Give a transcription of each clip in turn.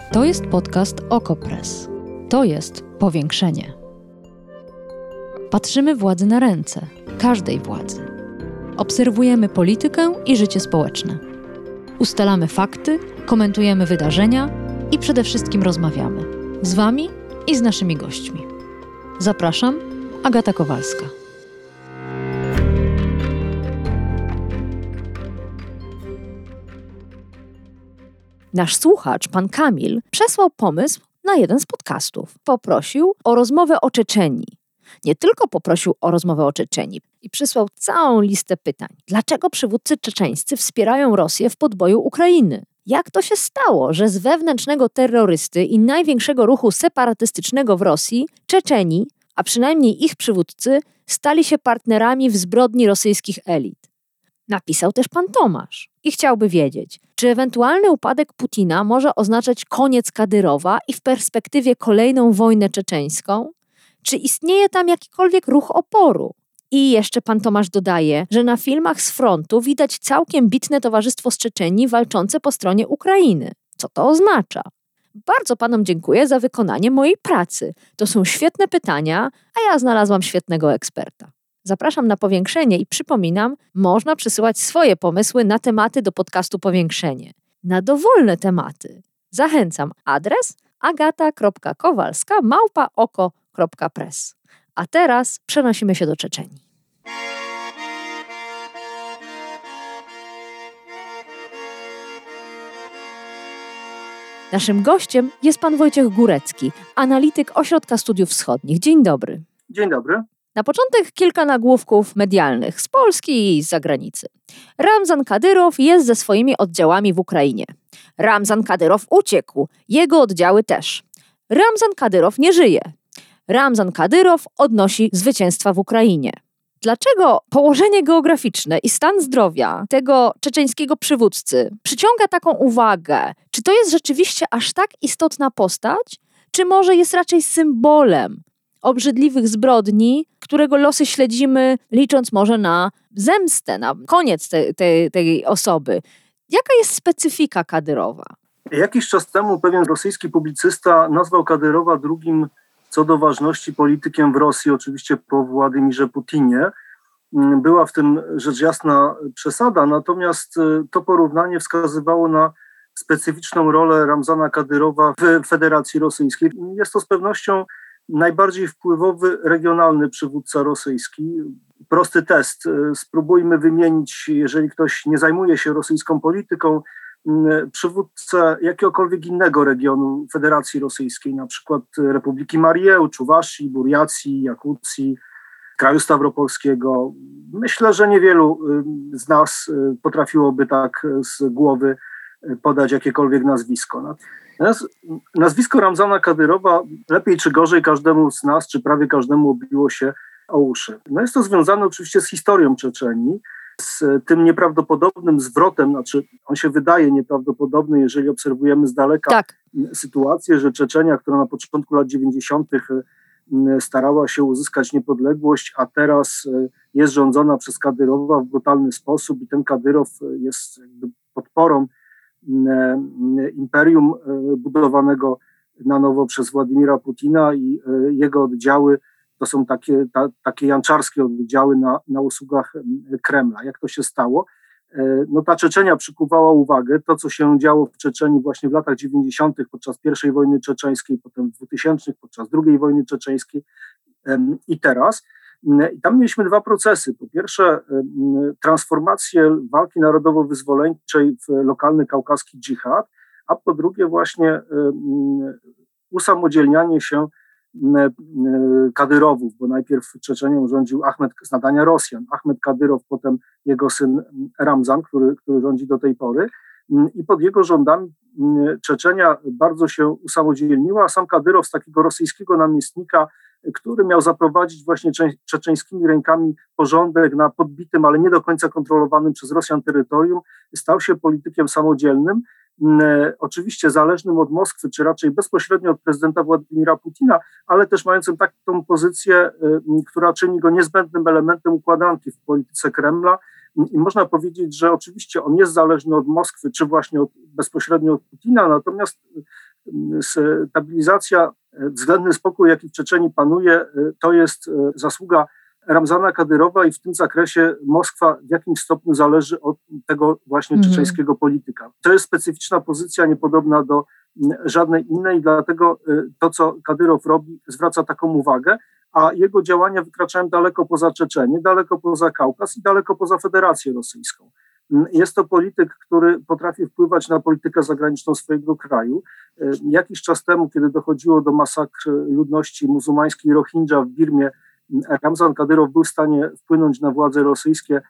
To jest podcast Okopres. To jest powiększenie. Patrzymy władzy na ręce, każdej władzy. Obserwujemy politykę i życie społeczne. Ustalamy fakty, komentujemy wydarzenia i przede wszystkim rozmawiamy. Z Wami i z naszymi gośćmi. Zapraszam, Agata Kowalska. Nasz słuchacz, pan Kamil, przesłał pomysł na jeden z podcastów. Poprosił o rozmowę o Czeczenii. Nie tylko poprosił o rozmowę o Czeczenii i przysłał całą listę pytań. Dlaczego przywódcy czeczeńscy wspierają Rosję w podboju Ukrainy? Jak to się stało, że z wewnętrznego terrorysty i największego ruchu separatystycznego w Rosji, Czeczeni, a przynajmniej ich przywódcy, stali się partnerami w zbrodni rosyjskich elit? Napisał też pan Tomasz i chciałby wiedzieć, czy ewentualny upadek Putina może oznaczać koniec Kadyrowa i w perspektywie kolejną wojnę czeczeńską? Czy istnieje tam jakikolwiek ruch oporu? I jeszcze pan Tomasz dodaje, że na filmach z frontu widać całkiem bitne towarzystwo z Czeczenii walczące po stronie Ukrainy. Co to oznacza? Bardzo panom dziękuję za wykonanie mojej pracy. To są świetne pytania, a ja znalazłam świetnego eksperta. Zapraszam na powiększenie i przypominam, można przysyłać swoje pomysły na tematy do podcastu Powiększenie. Na dowolne tematy. Zachęcam. Adres agata.kowalska@oko.press. A teraz przenosimy się do Czeczenii. Naszym gościem jest pan Wojciech Górecki, analityk Ośrodka Studiów Wschodnich. Dzień dobry. Dzień dobry. Na początek kilka nagłówków medialnych z Polski i z zagranicy. Ramzan Kadyrow jest ze swoimi oddziałami w Ukrainie. Ramzan Kadyrow uciekł, jego oddziały też. Ramzan Kadyrow nie żyje. Ramzan Kadyrow odnosi zwycięstwa w Ukrainie. Dlaczego położenie geograficzne i stan zdrowia tego czeczeńskiego przywódcy przyciąga taką uwagę? Czy to jest rzeczywiście aż tak istotna postać? Czy może jest raczej symbolem obrzydliwych zbrodni, którego losy śledzimy, licząc może na zemstę, na koniec tej osoby? Jaka jest specyfika Kadyrowa? Jakiś czas temu pewien rosyjski publicysta nazwał Kadyrowa drugim co do ważności politykiem w Rosji, oczywiście po Władimirze Putinie. Była w tym rzecz jasna przesada, natomiast to porównanie wskazywało na specyficzną rolę Ramzana Kadyrowa w Federacji Rosyjskiej. Jest to z pewnością najbardziej wpływowy regionalny przywódca rosyjski. Prosty test. Spróbujmy wymienić, jeżeli ktoś nie zajmuje się rosyjską polityką, przywódcę jakiegokolwiek innego regionu Federacji Rosyjskiej, na przykład Republiki Marieł, Czuwaszii, Burjacji, Jakucji, kraju Stawropolskiego. Myślę, że niewielu z nas potrafiłoby tak z głowy podać jakiekolwiek nazwisko. Nazwisko Ramzana Kadyrowa lepiej czy gorzej każdemu z nas, czy prawie każdemu obiło się o uszy. Jest to związane oczywiście z historią Czeczenii, z tym nieprawdopodobnym zwrotem, on się wydaje nieprawdopodobny, jeżeli obserwujemy z daleka sytuację, że Czeczenia, która na początku lat 90. starała się uzyskać niepodległość, a teraz jest rządzona przez Kadyrowa w brutalny sposób i ten Kadyrow jest jakby podporą imperium budowanego na nowo przez Władimira Putina i jego oddziały to są takie janczarskie oddziały na usługach Kremla. Jak to się stało? Ta Czeczenia przykuwała uwagę. To, co się działo w Czeczenii właśnie w latach 90. podczas I wojny czeczeńskiej, potem w 2000 podczas II wojny czeczeńskiej i teraz. I tam mieliśmy dwa procesy. Po pierwsze transformację walki narodowo-wyzwoleńczej w lokalny kaukaski dżihad, a po drugie właśnie usamodzielnianie się Kadyrowów, bo najpierw Czeczenią rządził Ahmed z nadania Rosjan, Ahmed Kadyrow, potem jego syn Ramzan, który rządzi do tej pory. I pod jego rządami Czeczenia bardzo się usamodzielniła, a sam Kadyrow z takiego rosyjskiego namiestnika, który miał zaprowadzić właśnie czeczeńskimi rękami porządek na podbitym, ale nie do końca kontrolowanym przez Rosjan terytorium, stał się politykiem samodzielnym, oczywiście zależnym od Moskwy, czy raczej bezpośrednio od prezydenta Władimira Putina, ale też mającym taką pozycję, która czyni go niezbędnym elementem układanki w polityce Kremla. I można powiedzieć, że oczywiście on jest zależny od Moskwy, czy właśnie bezpośrednio od Putina, natomiast Stabilizacja, względny spokój, jaki w Czeczenii panuje, to jest zasługa Ramzana Kadyrowa i w tym zakresie Moskwa w jakimś stopniu zależy od tego właśnie czeczeńskiego polityka. To jest specyficzna pozycja, niepodobna do żadnej innej, dlatego to, co Kadyrow robi, zwraca taką uwagę, a jego działania wykraczają daleko poza Czeczenię, daleko poza Kaukaz i daleko poza Federację Rosyjską. Jest to polityk, który potrafi wpływać na politykę zagraniczną swojego kraju. Jakiś czas temu, kiedy dochodziło do masakr ludności muzułmańskiej Rohingya w Birmie, Ramzan Kadyrow był w stanie wpłynąć na władze rosyjskie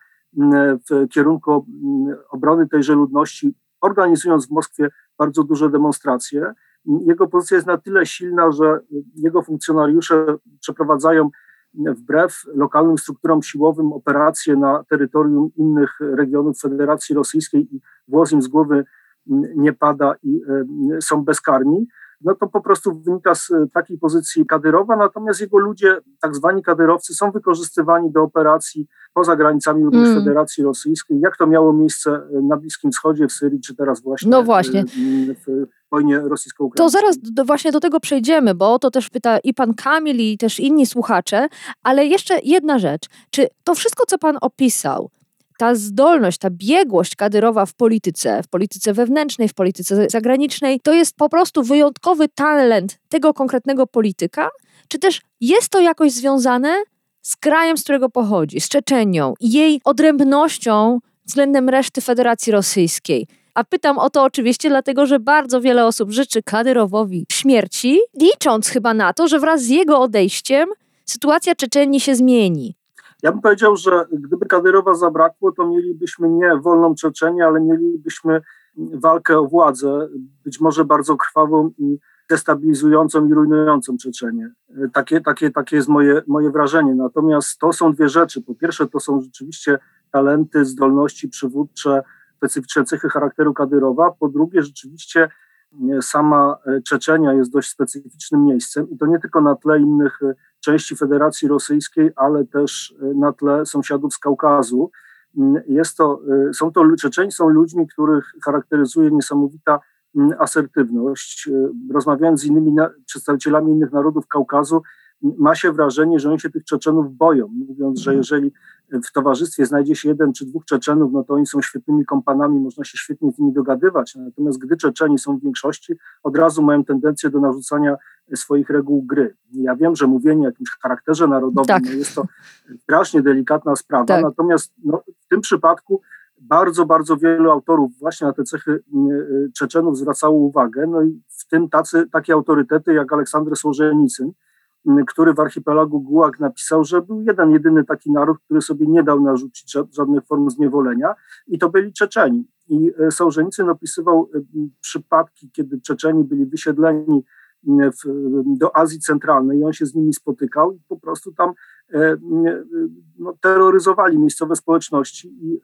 w kierunku obrony tejże ludności, organizując w Moskwie bardzo duże demonstracje. Jego pozycja jest na tyle silna, że jego funkcjonariusze przeprowadzają wbrew lokalnym strukturom siłowym operacje na terytorium innych regionów Federacji Rosyjskiej i włos im z głowy nie pada i są bezkarni. No to po prostu wynika z takiej pozycji Kadyrowa, natomiast jego ludzie, tak zwani kadyrowcy, są wykorzystywani do operacji poza granicami również Federacji Rosyjskiej, jak to miało miejsce na Bliskim Wschodzie, w Syrii, czy teraz właśnie. W wojnie rosyjsko-ukraińskiej. To zaraz właśnie do tego przejdziemy, bo o to też pyta i pan Kamil, i też inni słuchacze, ale jeszcze jedna rzecz. Czy to wszystko, co pan opisał, ta zdolność, ta biegłość Kadyrowa w polityce wewnętrznej, w polityce zagranicznej, to jest po prostu wyjątkowy talent tego konkretnego polityka? Czy też jest to jakoś związane z krajem, z którego pochodzi, z Czeczenią i jej odrębnością względem reszty Federacji Rosyjskiej? A pytam o to oczywiście dlatego, że bardzo wiele osób życzy Kadyrowowi śmierci, licząc chyba na to, że wraz z jego odejściem sytuacja Czeczenii się zmieni. Ja bym powiedział, że gdyby Kadyrowa zabrakło, to mielibyśmy nie wolną Czeczenię, ale mielibyśmy walkę o władzę, być może bardzo krwawą i destabilizującą i rujnującą Czeczenię. Takie jest moje wrażenie. Natomiast to są dwie rzeczy. Po pierwsze, to są rzeczywiście talenty, zdolności przywódcze, specyficzne cechy charakteru Kadyrowa. Po drugie, rzeczywiście sama Czeczenia jest dość specyficznym miejscem i to nie tylko na tle innych części Federacji Rosyjskiej, ale też na tle sąsiadów z Kaukazu. Czeczeni są ludźmi, których charakteryzuje niesamowita asertywność. Rozmawiając z innymi przedstawicielami innych narodów Kaukazu, ma się wrażenie, że oni się tych Czeczenów boją, mówiąc, że jeżeli w towarzystwie znajdzie się jeden czy dwóch Czeczenów, no to oni są świetnymi kompanami, można się świetnie z nimi dogadywać. Natomiast gdy Czeczeni są w większości, od razu mają tendencję do narzucania swoich reguł gry. Ja wiem, że mówienie o jakimś charakterze narodowym jest to strasznie delikatna sprawa, natomiast w tym przypadku bardzo, bardzo wielu autorów właśnie na te cechy Czeczenów zwracało uwagę. No i w tym takie autorytety jak Aleksander Sołżenicyn, który w archipelagu Gułag napisał, że był jedyny taki naród, który sobie nie dał narzucić żadnych form zniewolenia i to byli Czeczeni. I Sołżenicyn opisywał przypadki, kiedy Czeczeni byli wysiedleni do Azji Centralnej i on się z nimi spotykał i po prostu tam terroryzowali miejscowe społeczności i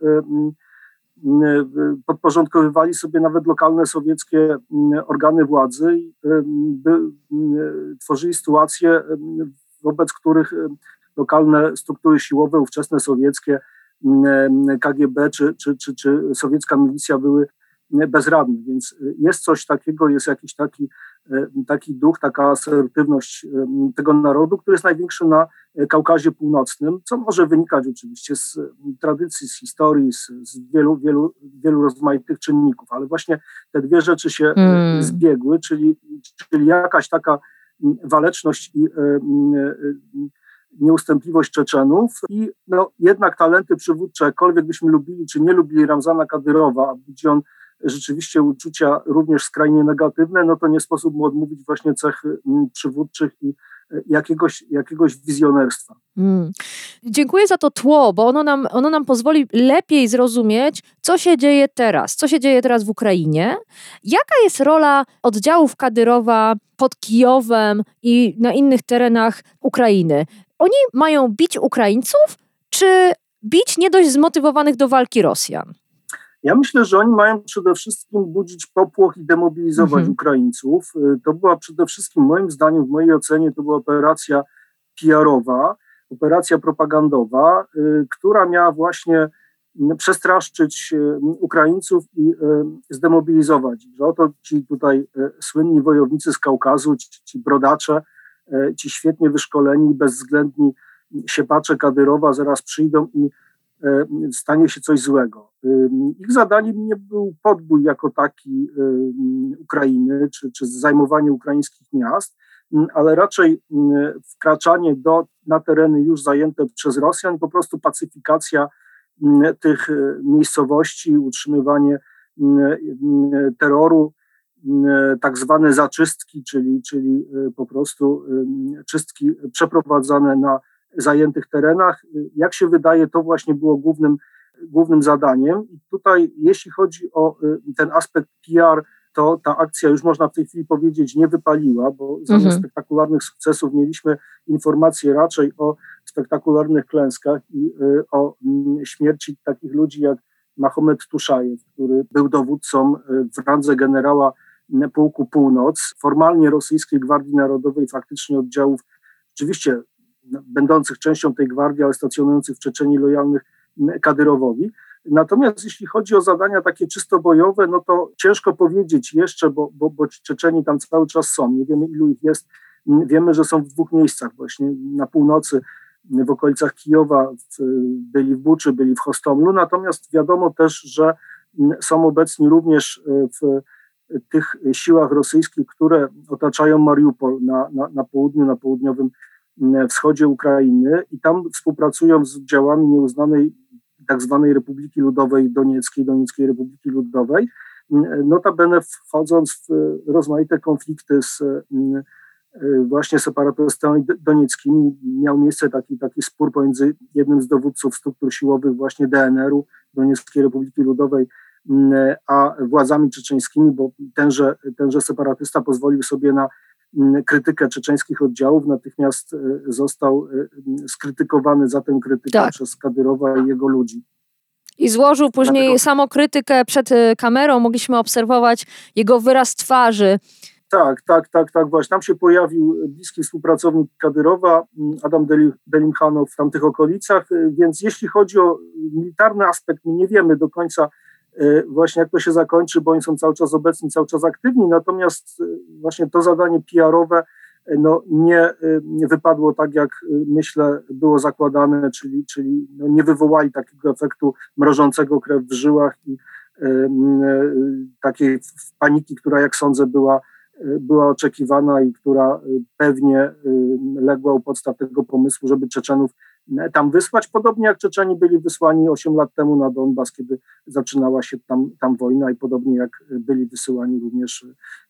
podporządkowywali sobie nawet lokalne sowieckie organy władzy i tworzyli sytuacje, wobec których lokalne struktury siłowe, ówczesne sowieckie, KGB czy sowiecka milicja były bezradne. Więc jest coś takiego, jest jakiś taki duch, taka asertywność tego narodu, który jest największy na Kaukazie Północnym, co może wynikać oczywiście z tradycji, z historii, z wielu rozmaitych czynników, ale właśnie te dwie rzeczy się zbiegły, czyli jakaś taka waleczność i nieustępliwość Czeczenów i jednak talenty przywódcze, jakkolwiek byśmy lubili czy nie lubili Ramzana Kadyrowa, a budzi on rzeczywiście uczucia również skrajnie negatywne, no to nie sposób mu odmówić właśnie cech przywódczych i jakiegoś wizjonerstwa. Dziękuję za to tło, bo ono nam pozwoli lepiej zrozumieć, co się dzieje teraz w Ukrainie. Jaka jest rola oddziałów Kadyrowa pod Kijowem i na innych terenach Ukrainy? Oni mają bić Ukraińców, czy bić nie dość zmotywowanych do walki Rosjan? Ja myślę, że oni mają przede wszystkim budzić popłoch i demobilizować Ukraińców. To była przede wszystkim, moim zdaniem, w mojej ocenie, to była operacja PR-owa, operacja propagandowa, która miała właśnie przestraszyć Ukraińców i zdemobilizować ich. Że oto ci tutaj słynni wojownicy z Kaukazu, ci brodacze, ci świetnie wyszkoleni, bezwzględni siepacze Kadyrowa zaraz przyjdą i stanie się coś złego. Ich zadaniem nie był podbój jako taki Ukrainy, czy zajmowanie ukraińskich miast, ale raczej wkraczanie na tereny już zajęte przez Rosjan, po prostu pacyfikacja tych miejscowości, utrzymywanie terroru, tak zwane zaczystki, czyli po prostu czystki przeprowadzane na zajętych terenach. Jak się wydaje, to właśnie było głównym zadaniem. I tutaj, jeśli chodzi o ten aspekt PR, to ta akcja już można w tej chwili powiedzieć nie wypaliła, bo zamiast spektakularnych sukcesów mieliśmy informacje raczej o spektakularnych klęskach i o śmierci takich ludzi jak Mahomet Tuszajew, który był dowódcą w randze generała Pułku Północ, formalnie Rosyjskiej Gwardii Narodowej, faktycznie oddziałów, oczywiście będących częścią tej gwardii, ale stacjonujących w Czeczenii, lojalnych Kadyrowowi. Natomiast jeśli chodzi o zadania takie czysto bojowe, no to ciężko powiedzieć jeszcze, bo ci Czeczeni tam cały czas są. Nie wiemy, ilu ich jest. Wiemy, że są w 2 miejscach właśnie na północy, w okolicach Kijowa, byli w Buczy, byli w Hostomlu. Natomiast wiadomo też, że są obecni również w tych siłach rosyjskich, które otaczają Mariupol na południu, na południowym wschodzie Ukrainy i tam współpracują z oddziałami nieuznanej tak zwanej Republiki Ludowej Donieckiej Republiki Ludowej, notabene wchodząc w rozmaite konflikty z właśnie separatystami donieckimi. Miał miejsce taki spór pomiędzy jednym z dowódców struktur siłowych właśnie DNR-u, Donieckiej Republiki Ludowej, a władzami czeczeńskimi, bo tenże separatysta pozwolił sobie na krytykę czeczeńskich oddziałów, natychmiast został skrytykowany za tę krytykę przez Kadyrowa i jego ludzi. I złożył później samokrytykę przed kamerą, mogliśmy obserwować jego wyraz twarzy. Tak, właśnie. Tam się pojawił bliski współpracownik Kadyrowa, Adam Delimchanow w tamtych okolicach, więc jeśli chodzi o militarny aspekt, my nie wiemy do końca właśnie jak to się zakończy, bo oni są cały czas obecni, cały czas aktywni, natomiast właśnie to zadanie PR-owe nie wypadło tak, jak myślę było zakładane, czyli nie wywołali takiego efektu mrożącego krew w żyłach i takiej paniki, która jak sądzę była oczekiwana i która pewnie legła u podstaw tego pomysłu, żeby Czeczenów tam wysłać, podobnie jak Czeczeni byli wysłani 8 lat temu na Donbas, kiedy zaczynała się tam wojna i podobnie jak byli wysyłani również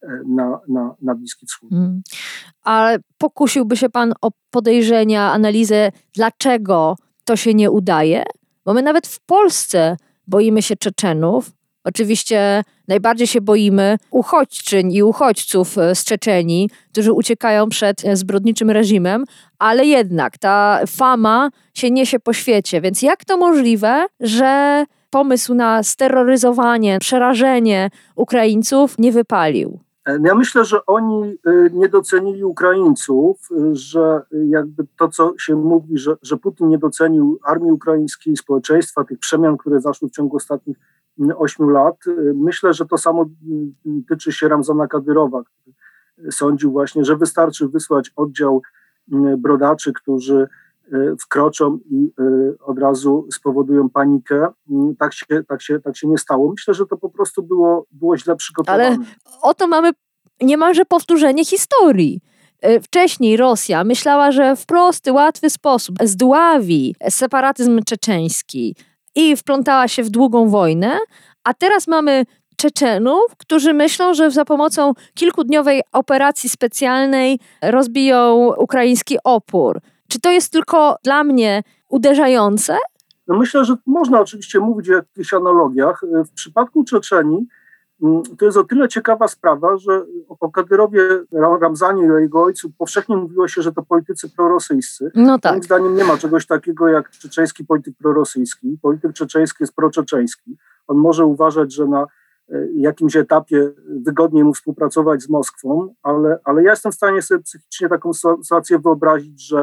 na Bliski Wschód. Ale pokusiłby się pan o podejrzenia, analizę, dlaczego to się nie udaje? Bo my nawet w Polsce boimy się Czeczenów. Oczywiście najbardziej się boimy uchodźczyń i uchodźców z Czeczenii, którzy uciekają przed zbrodniczym reżimem, ale jednak ta fama się niesie po świecie. Więc jak to możliwe, że pomysł na steroryzowanie, przerażenie Ukraińców nie wypalił? Ja myślę, że oni nie docenili Ukraińców, że jakby to, co się mówi, że Putin nie docenił armii ukraińskiej, społeczeństwa, tych przemian, które zaszły w ciągu ostatnich 8 lat. Myślę, że to samo tyczy się Ramzana Kadyrowa, który sądził właśnie, że wystarczy wysłać oddział brodaczy, którzy wkroczą i od razu spowodują panikę. Tak się nie stało. Myślę, że to po prostu było źle przygotowane. Ale oto mamy niemalże powtórzenie historii. Wcześniej Rosja myślała, że w prosty, łatwy sposób zdławi separatyzm czeczeński i wplątała się w długą wojnę, a teraz mamy Czeczenów, którzy myślą, że za pomocą kilkudniowej operacji specjalnej rozbiją ukraiński opór. Czy to jest tylko dla mnie uderzające? No myślę, że można oczywiście mówić o jakichś analogiach. W przypadku Czeczenii to jest o tyle ciekawa sprawa, że o Kadyrowie, Ramzanie i o jego ojcu powszechnie mówiło się, że to politycy prorosyjscy. No tak. Moim zdaniem nie ma czegoś takiego jak czeczeński polityk prorosyjski. Polityk czeczeński jest proczeczeński. On może uważać, że na jakimś etapie wygodniej mu współpracować z Moskwą, ale ja jestem w stanie sobie psychicznie taką sytuację wyobrazić, że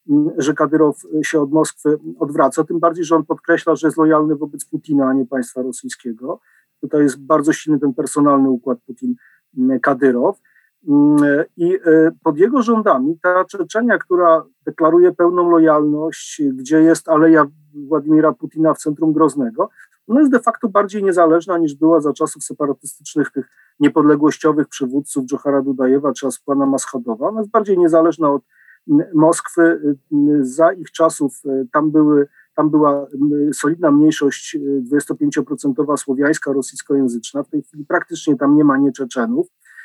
że Kadyrow się od Moskwy odwraca, tym bardziej, że on podkreśla, że jest lojalny wobec Putina, a nie państwa rosyjskiego. Tutaj jest bardzo silny ten personalny układ Putin-Kadyrow. I pod jego rządami ta Czeczenia, która deklaruje pełną lojalność, gdzie jest aleja Władimira Putina w centrum Groznego, ona jest de facto bardziej niezależna niż była za czasów separatystycznych, tych niepodległościowych przywódców Dżochara Dudajewa czy Asplana Maschadowa. Ona jest bardziej niezależna od Moskwy. Za ich czasów tam była solidna mniejszość 25% słowiańska, rosyjskojęzyczna. W tej chwili praktycznie tam nie ma nieczeczenów.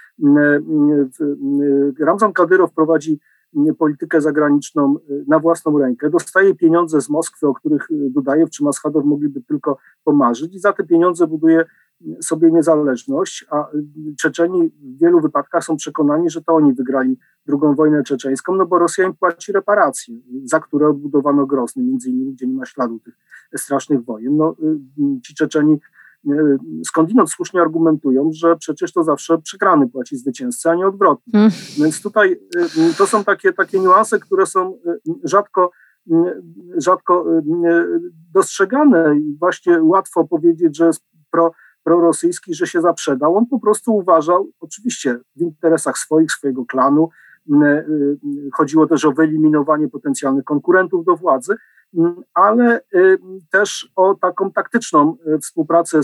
Ramzan Kadyrow prowadzi politykę zagraniczną na własną rękę, dostaje pieniądze z Moskwy, o których Dudajew czy Maschadow mogliby tylko pomarzyć, i za te pieniądze buduje sobie niezależność, a Czeczeni w wielu wypadkach są przekonani, że to oni wygrali II wojnę czeczeńską, no bo Rosja im płaci reparacje, za które odbudowano Grozny, między innymi, gdzie nie ma śladu tych strasznych wojen. No, ci Czeczeni skądinąd słusznie argumentują, że przecież to zawsze przegrany płaci zwycięzca, a nie odwrotnie. Więc tutaj to są takie niuanse, które są rzadko dostrzegane i właśnie łatwo powiedzieć, że jest prorosyjski, że się zaprzedał. On po prostu uważał, oczywiście w interesach swojego klanu, chodziło też o wyeliminowanie potencjalnych konkurentów do władzy, ale też o taką taktyczną współpracę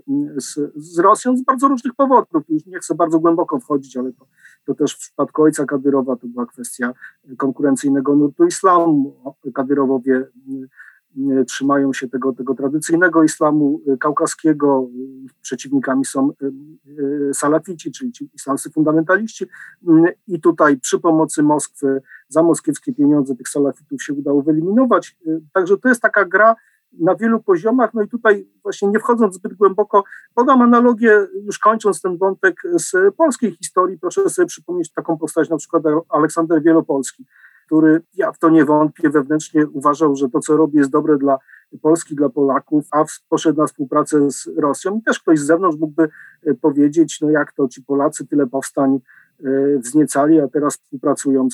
z Rosją z bardzo różnych powodów. Już nie chcę bardzo głęboko wchodzić, ale to też w przypadku ojca Kadyrowa to była kwestia konkurencyjnego nurtu islamu. Kadyrowowie trzymają się tego tradycyjnego islamu kaukaskiego. Przeciwnikami są salafici, czyli ci islamscy fundamentaliści. I tutaj przy pomocy Moskwy za moskiewskie pieniądze tych salafitów się udało wyeliminować. Także to jest taka gra na wielu poziomach. No i tutaj właśnie nie wchodząc zbyt głęboko, podam analogię, już kończąc ten wątek z polskiej historii. Proszę sobie przypomnieć taką postać, na przykład Aleksander Wielopolski, który, ja w to nie wątpię, wewnętrznie uważał, że to, co robi, jest dobre dla Polski, dla Polaków, a poszedł na współpracę z Rosją. I też ktoś z zewnątrz mógłby powiedzieć, no jak to ci Polacy tyle powstań wzniecali, a teraz współpracują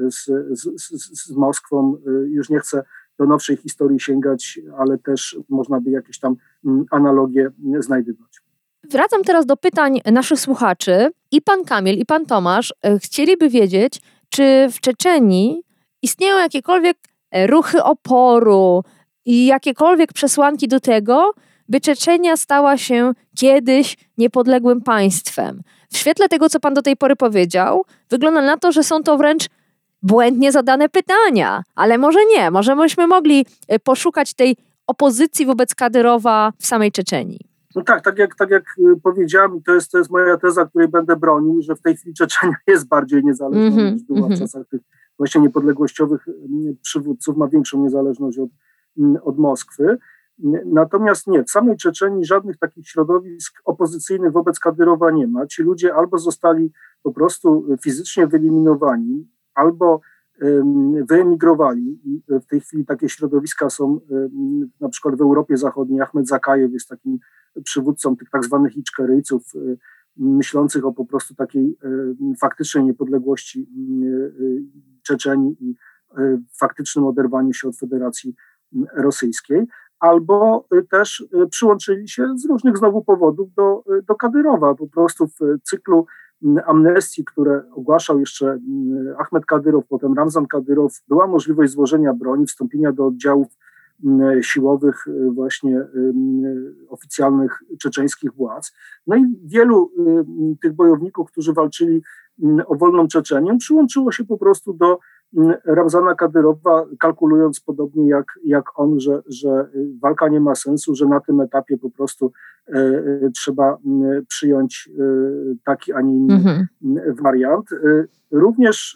z Moskwą. Już nie chcę do nowszej historii sięgać, ale też można by jakieś tam analogie znajdywać. Wracam teraz do pytań naszych słuchaczy. I pan Kamil, i pan Tomasz chcieliby wiedzieć, czy w Czeczenii istnieją jakiekolwiek ruchy oporu i jakiekolwiek przesłanki do tego, by Czeczenia stała się kiedyś niepodległym państwem. W świetle tego, co pan do tej pory powiedział, wygląda na to, że są to wręcz błędnie zadane pytania, ale może nie, może byśmy mogli poszukać tej opozycji wobec Kadyrowa w samej Czeczenii. No tak jak powiedziałem, to jest moja teza, której będę bronił, że w tej chwili Czeczenia jest bardziej niezależna niż była w czasach tych właśnie niepodległościowych przywódców, ma większą niezależność od Moskwy. Natomiast nie, w samej Czeczenii żadnych takich środowisk opozycyjnych wobec Kadyrowa nie ma. Ci ludzie albo zostali po prostu fizycznie wyeliminowani, albo wyemigrowali i w tej chwili takie środowiska są na przykład w Europie Zachodniej. Ahmed Zakajew jest takim przywódcą tych tak zwanych iczkeryjców, myślących o po prostu takiej faktycznej niepodległości Czeczenii i faktycznym oderwaniu się od Federacji Rosyjskiej, albo też przyłączyli się z różnych znowu powodów do Kadyrowa. Po prostu w cyklu amnestii, które ogłaszał jeszcze Ahmed Kadyrow, potem Ramzan Kadyrow, była możliwość złożenia broni, wstąpienia do oddziałów siłowych właśnie oficjalnych czeczeńskich władz. No i wielu tych bojowników, którzy walczyli o wolną Czeczenię, przyłączyło się po prostu do Ramzana Kadyrowa, kalkulując podobnie jak on, że walka nie ma sensu, że na tym etapie po prostu trzeba przyjąć taki, a nie inny wariant. Również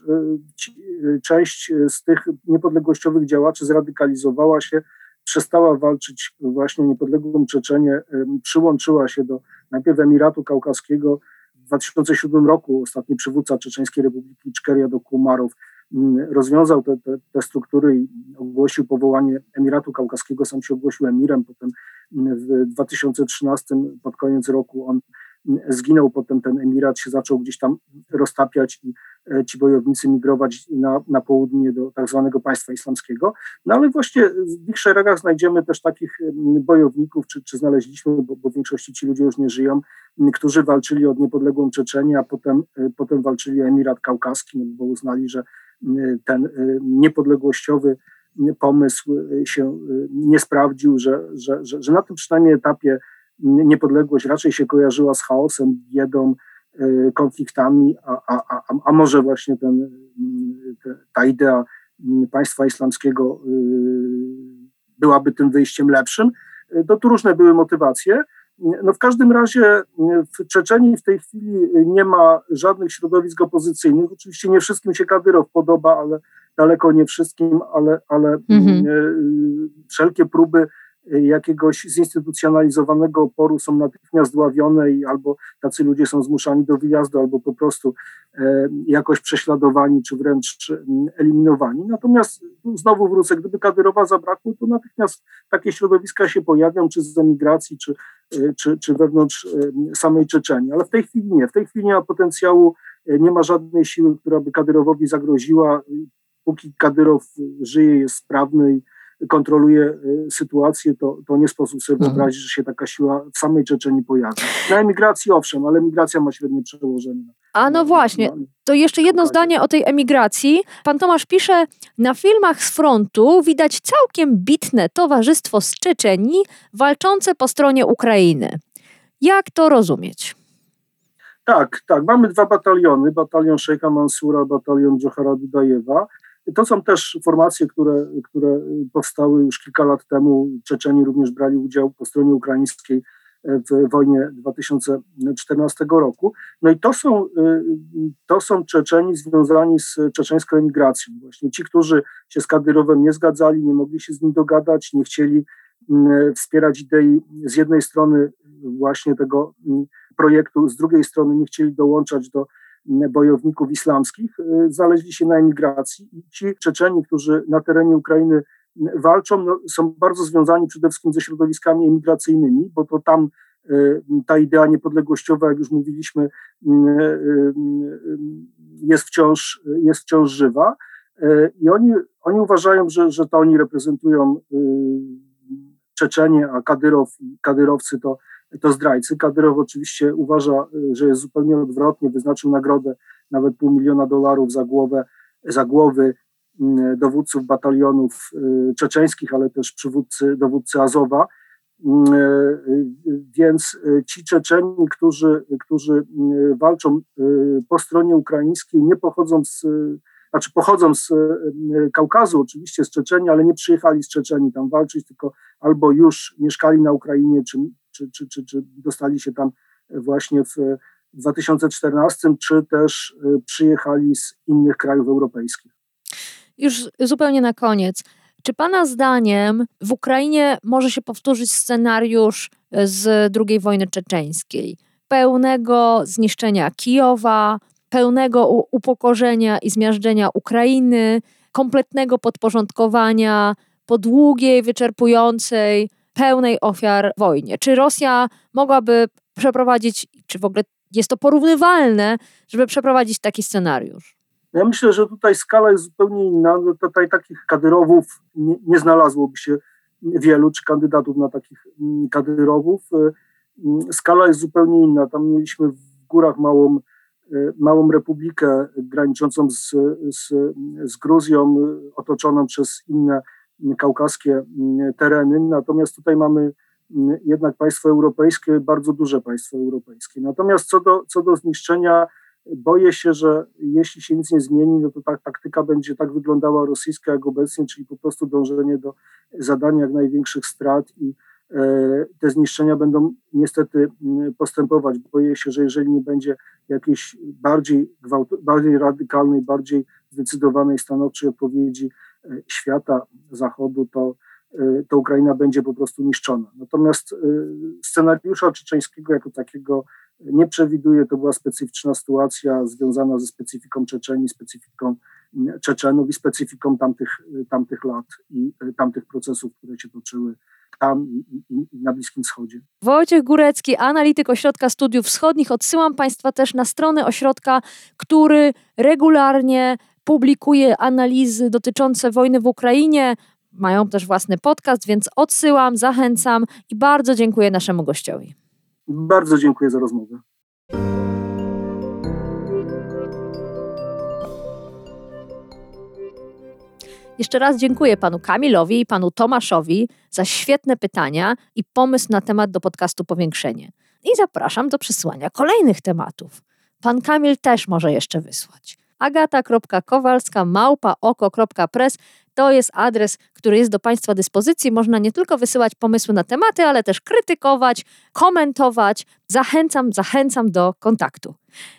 część z tych niepodległościowych działaczy zradykalizowała się, przestała walczyć właśnie o niepodległą Czeczenię, przyłączyła się do najpierw Emiratu Kaukaskiego. W 2007 roku ostatni przywódca Czeczeńskiej Republiki Iczkeria Kumarow rozwiązał te struktury i ogłosił powołanie Emiratu Kaukaskiego, sam się ogłosił emirem, potem w 2013 pod koniec roku on zginął, potem ten emirat się zaczął gdzieś tam roztapiać i ci bojownicy migrować na południe do tak zwanego państwa islamskiego. No ale właśnie w ich szeregach znajdziemy też takich bojowników, czy znaleźliśmy, bo w większości ci ludzie już nie żyją, którzy walczyli o niepodległą Czeczenię, a potem walczyli o Emirat Kaukaski, bo uznali, że ten niepodległościowy pomysł się nie sprawdził, że na tym przynajmniej etapie niepodległość raczej się kojarzyła z chaosem, biedą, konfliktami, a może właśnie ta idea państwa islamskiego byłaby tym wyjściem lepszym. To tu różne były motywacje. No w każdym razie w Czeczenii w tej chwili nie ma żadnych środowisk opozycyjnych. Oczywiście nie wszystkim się Kadyrow podoba, ale daleko nie wszystkim, ale wszelkie próby jakiegoś zinstytucjonalizowanego oporu są natychmiast dławione i albo tacy ludzie są zmuszani do wyjazdu, albo po prostu jakoś prześladowani, czy wręcz eliminowani. Natomiast znowu wrócę, gdyby Kadyrowa zabrakło, to natychmiast takie środowiska się pojawią, czy z emigracji, czy wewnątrz samej Czeczenii. Ale w tej chwili nie. W tej chwili nie ma potencjału, nie ma żadnej siły, która by Kadyrowowi zagroziła. Póki Kadyrow żyje, jest sprawny i kontroluje sytuację, to nie sposób sobie wyobrazić, że się taka siła w samej Czeczenii pojawi. Na emigracji owszem, ale emigracja ma średnie przełożenie. No właśnie, to jeszcze jedno zdanie o tej emigracji. Pan Tomasz pisze, na filmach z frontu widać całkiem bitne towarzystwo z Czeczenii walczące po stronie Ukrainy. Jak to rozumieć? Tak. Mamy 2 bataliony. Batalion Szejka Mansura, batalion Dżohara Dudajewa. To są też formacje, które powstały już kilka lat temu. Czeczeni również brali udział po stronie ukraińskiej w wojnie 2014 roku. No i to są Czeczeni związani z czeczeńską emigracją. Właśnie ci, którzy się z Kadyrowem nie zgadzali, nie mogli się z nim dogadać, nie chcieli wspierać idei z jednej strony właśnie tego projektu, z drugiej strony nie chcieli dołączać do bojowników islamskich, znaleźli się na emigracji i ci Czeczeni, którzy na terenie Ukrainy walczą, są bardzo związani przede wszystkim ze środowiskami emigracyjnymi, bo to tam ta idea niepodległościowa, jak już mówiliśmy, jest wciąż żywa i oni uważają, że to oni reprezentują Czeczenię, a kadyrowcy to zdrajcy. Kadyrow oczywiście uważa, że jest zupełnie odwrotnie, wyznaczył nagrodę nawet $500,000 za głowy dowódców batalionów czeczeńskich, ale też dowódcy Azowa. Więc ci Czeczeni, którzy walczą po stronie ukraińskiej, nie pochodzą pochodzą z Kaukazu, oczywiście z Czeczenii, ale nie przyjechali z Czeczenii tam walczyć, tylko albo już mieszkali na Ukrainie, czy dostali się tam właśnie w 2014, czy też przyjechali z innych krajów europejskich. Już zupełnie na koniec. Czy Pana zdaniem w Ukrainie może się powtórzyć scenariusz z II wojny czeczeńskiej? Pełnego zniszczenia Kijowa, pełnego upokorzenia i zmiażdżenia Ukrainy, kompletnego podporządkowania po długiej, wyczerpującej, pełnej ofiar wojnie. Czy Rosja mogłaby przeprowadzić, czy w ogóle jest to porównywalne, żeby przeprowadzić taki scenariusz? Ja myślę, że tutaj skala jest zupełnie inna. Tutaj takich Kadyrowów nie znalazłoby się wielu, czy kandydatów na takich Kadyrowów. Skala jest zupełnie inna. Tam mieliśmy w górach małą republikę graniczącą z Gruzją, otoczoną przez inne kaukaskie tereny. Natomiast tutaj mamy jednak państwo europejskie, bardzo duże państwo europejskie. Natomiast co do zniszczenia, boję się, że jeśli się nic nie zmieni, no to ta taktyka będzie tak wyglądała rosyjska jak obecnie, czyli po prostu dążenie do zadania jak największych strat i te zniszczenia będą niestety postępować. Boję się, że jeżeli nie będzie jakiejś bardziej radykalnej, bardziej zdecydowanej, stanowczej odpowiedzi świata, Zachodu, to Ukraina będzie po prostu niszczona. Natomiast scenariusza czeczeńskiego jako takiego nie przewiduje. To była specyficzna sytuacja związana ze specyfiką Czeczenii, specyfiką Czeczenów i specyfiką tamtych lat i tamtych procesów, które się toczyły tam i na Bliskim Wschodzie. Wojciech Górecki, analityk Ośrodka Studiów Wschodnich. Odsyłam Państwa też na stronę ośrodka, który regularnie publikuje analizy dotyczące wojny w Ukrainie. Mają też własny podcast, więc odsyłam, zachęcam i bardzo dziękuję naszemu gościowi. Bardzo dziękuję za rozmowę. Jeszcze raz dziękuję panu Kamilowi i panu Tomaszowi za świetne pytania i pomysł na temat do podcastu Powiększenie. I zapraszam do przysłania kolejnych tematów. Pan Kamil też może jeszcze wysłać. agata.kowalska@oko.press to jest adres, który jest do Państwa dyspozycji. Można nie tylko wysyłać pomysły na tematy, ale też krytykować, komentować. Zachęcam do kontaktu.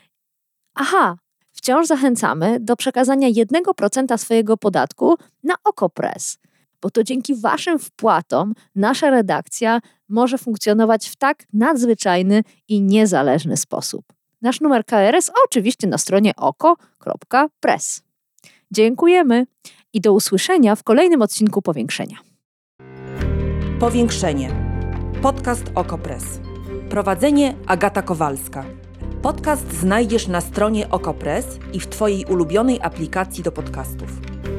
Wciąż zachęcamy do przekazania 1% swojego podatku na OKO.press, bo to dzięki Waszym wpłatom nasza redakcja może funkcjonować w tak nadzwyczajny i niezależny sposób. Nasz numer KRS oczywiście na stronie oko.press. Dziękujemy i do usłyszenia w kolejnym odcinku Powiększenia. Powiększenie. Podcast OKO.press. Prowadzenie Agata Kowalska. Podcast znajdziesz na stronie OKO.press i w Twojej ulubionej aplikacji do podcastów.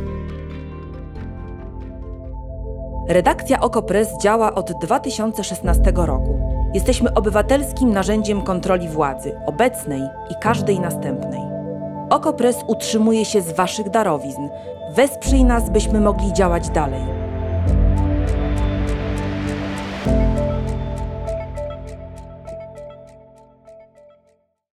Redakcja OKO.press działa od 2016 roku. Jesteśmy obywatelskim narzędziem kontroli władzy, obecnej i każdej następnej. OKO.press utrzymuje się z Waszych darowizn. Wesprzyj nas, byśmy mogli działać dalej.